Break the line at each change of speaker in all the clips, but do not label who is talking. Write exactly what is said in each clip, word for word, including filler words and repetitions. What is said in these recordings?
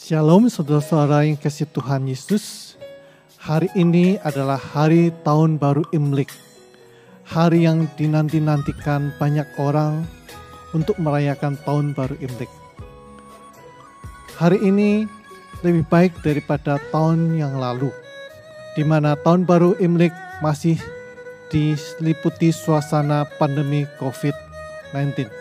Shalom saudara-saudara yang kasih Tuhan Yesus. Hari ini adalah hari tahun baru Imlek. Hari yang dinanti-nantikan banyak orang untuk merayakan tahun baru Imlek. Hari ini lebih baik daripada tahun yang lalu, di mana tahun baru Imlek masih diseliputi suasana pandemi covid sembilan belas.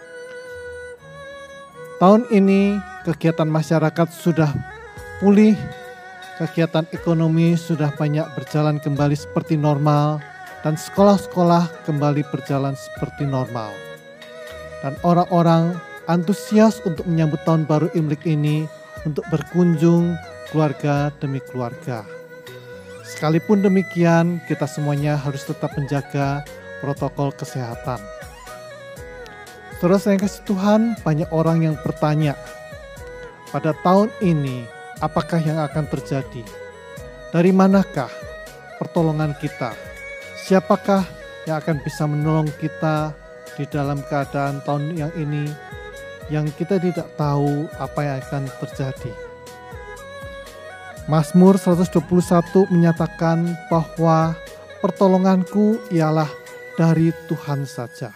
Tahun ini kegiatan masyarakat sudah pulih, kegiatan ekonomi sudah banyak berjalan kembali seperti normal, dan sekolah-sekolah kembali berjalan seperti normal. Dan orang-orang antusias untuk menyambut tahun baru Imlek ini untuk berkunjung keluarga demi keluarga. Sekalipun demikian, kita semuanya harus tetap menjaga protokol kesehatan. Saudara saya kasih Tuhan, banyak orang yang bertanya, pada tahun ini apakah yang akan terjadi? Dari manakah pertolongan kita? Siapakah yang akan bisa menolong kita di dalam keadaan tahun yang ini yang kita tidak tahu apa yang akan terjadi? Mazmur seratus dua puluh satu menyatakan bahwa pertolonganku ialah dari Tuhan saja.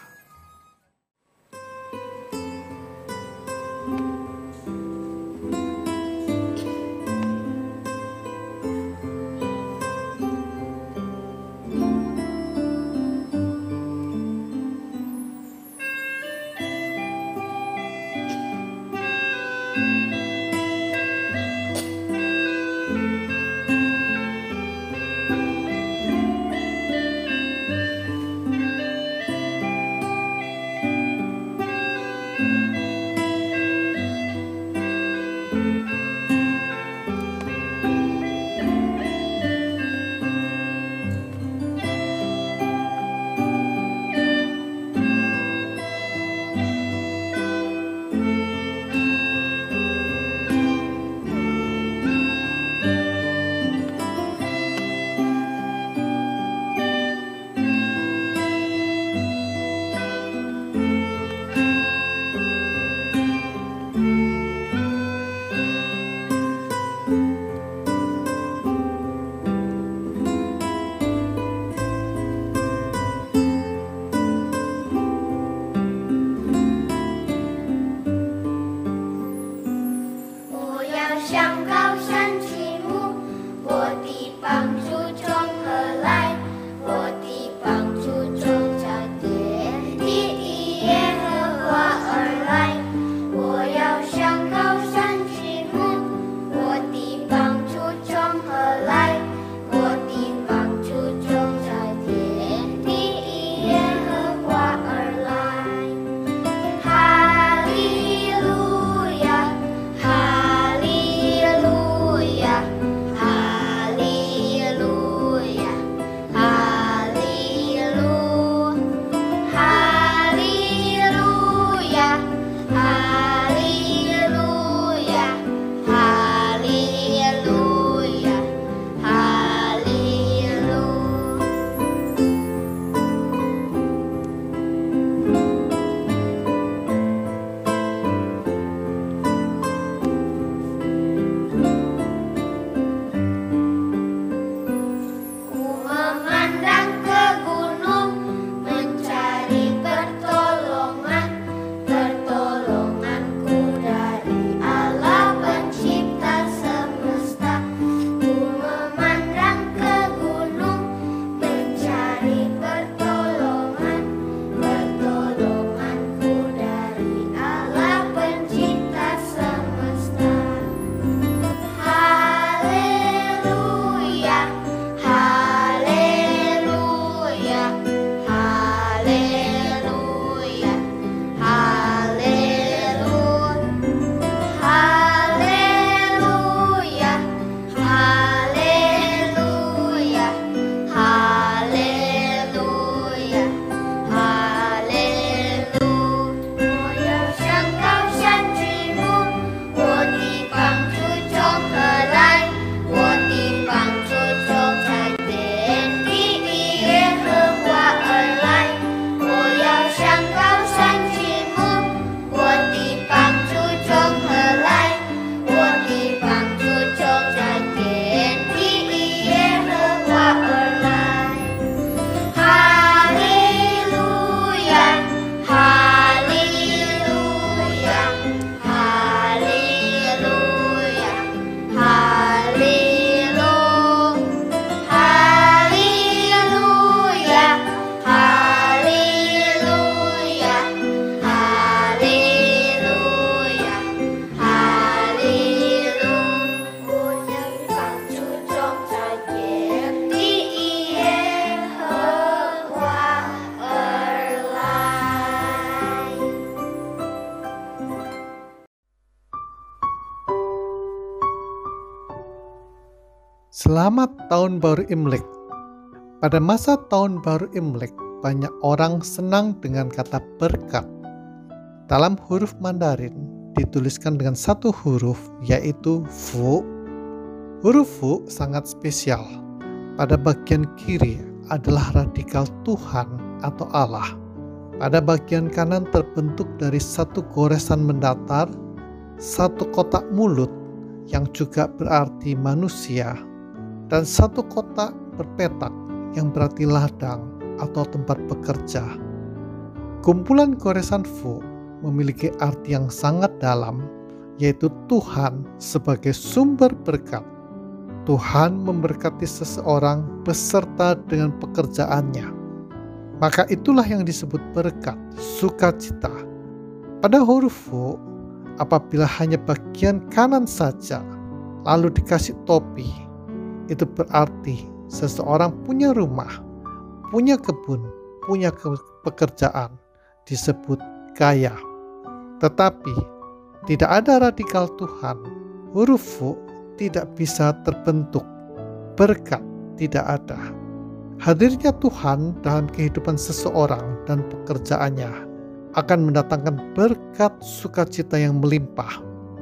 Selamat Tahun Baru Imlek. Pada masa Tahun Baru Imlek, banyak orang senang dengan kata berkat. Dalam huruf Mandarin dituliskan dengan satu huruf, yaitu Fu. Huruf Fu sangat spesial. Pada bagian kiri adalah radikal Tuhan atau Allah. Pada bagian kanan terbentuk dari satu goresan mendatar, satu kotak mulut yang juga berarti manusia, dan satu kotak berpetak yang berarti ladang atau tempat bekerja. Kumpulan goresan Fu memiliki arti yang sangat dalam, yaitu Tuhan sebagai sumber berkat. Tuhan memberkati seseorang beserta dengan pekerjaannya. Maka itulah yang disebut berkat, sukacita. Pada huruf Fu, apabila hanya bagian kanan saja, lalu dikasih topi, itu berarti seseorang punya rumah, punya kebun, punya ke- pekerjaan, disebut kaya. Tetapi tidak ada radikal Tuhan, huruf Fu tidak bisa terbentuk, berkat tidak ada. Hadirnya Tuhan dalam kehidupan seseorang dan pekerjaannya akan mendatangkan berkat sukacita yang melimpah.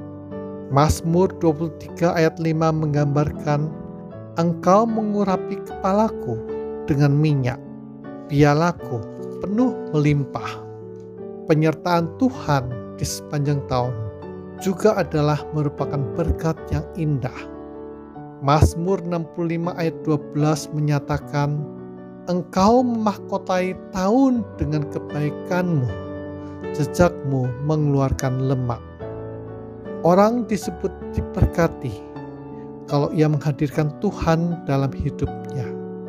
Mazmur dua puluh tiga ayat lima menggambarkan, Engkau mengurapi kepalaku dengan minyak, pialaku penuh melimpah. Penyertaan Tuhan di sepanjang tahun juga adalah merupakan berkat yang indah. Mazmur enam puluh lima ayat dua belas menyatakan, Engkau memahkotai tahun dengan kebaikanmu, jejakmu mengeluarkan lemak. Orang disebut diberkati kalau ia menghadirkan Tuhan dalam hidupnya.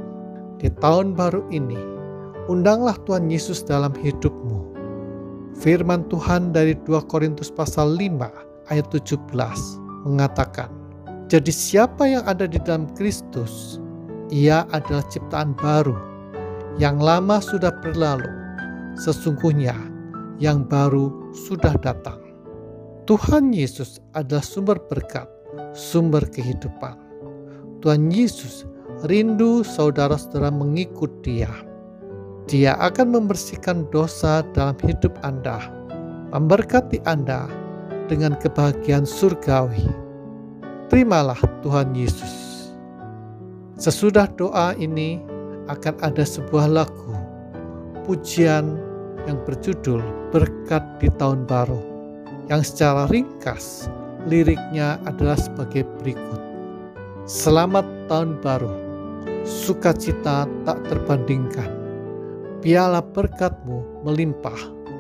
Di tahun baru ini, undanglah Tuhan Yesus dalam hidupmu. Firman Tuhan dari dua Korintus pasal lima ayat tujuh belas mengatakan, jadi siapa yang ada di dalam Kristus, ia adalah ciptaan baru. Yang lama sudah berlalu, sesungguhnya yang baru sudah datang. Tuhan Yesus adalah sumber berkat, sumber kehidupan. Tuhan Yesus rindu saudara-saudara mengikut Dia. Dia akan membersihkan dosa dalam hidup Anda, memberkati Anda dengan kebahagiaan surgawi. Terimalah Tuhan Yesus. Sesudah doa ini akan ada sebuah lagu, pujian yang berjudul Berkat di Tahun Baru, yang secara ringkas liriknya adalah sebagai berikut. Selamat Tahun Baru, sukacita tak terbandingkan. Piala berkatmu melimpah,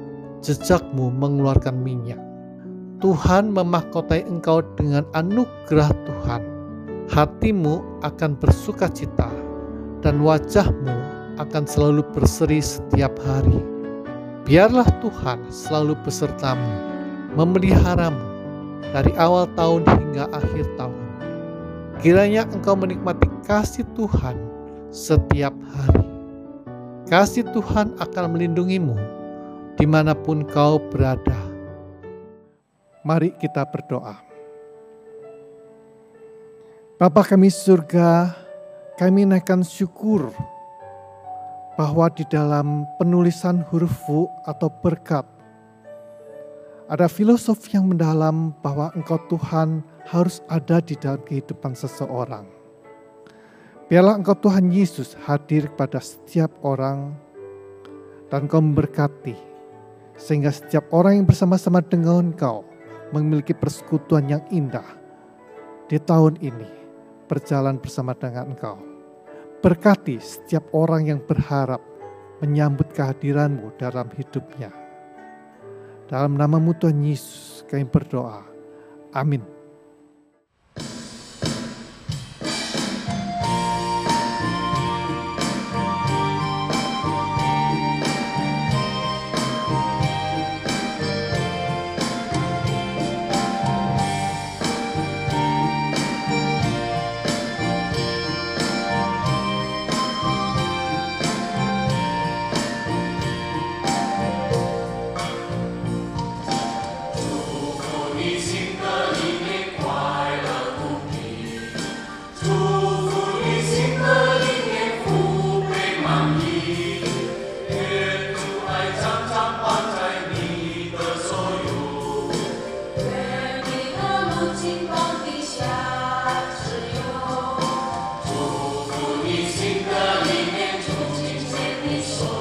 jejakmu mengeluarkan minyak. Tuhan memahkotai engkau dengan anugerah Tuhan. Hatimu akan bersukacita dan wajahmu akan selalu berseri setiap hari. Biarlah Tuhan selalu besertamu, memeliharamu dari awal tahun hingga akhir tahun. Kiranya engkau menikmati kasih Tuhan setiap hari. Kasih Tuhan akan melindungimu dimanapun kau berada. Mari kita berdoa. Bapa kami surga, kami naikkan syukur bahwa di dalam penulisan huruf Fu atau berkat, ada filosofi yang mendalam bahwa Engkau Tuhan harus ada di dalam kehidupan seseorang. Biarlah Engkau Tuhan Yesus hadir kepada setiap orang dan Engkau memberkati, sehingga setiap orang yang bersama-sama dengan Engkau memiliki persekutuan yang indah di tahun ini, berjalan bersama dengan Engkau. Berkati setiap orang yang berharap menyambut kehadiran-Mu dalam hidupnya. Dalam nama-Mu Tuhan Yesus kami berdoa. Amin.
Sinta Sang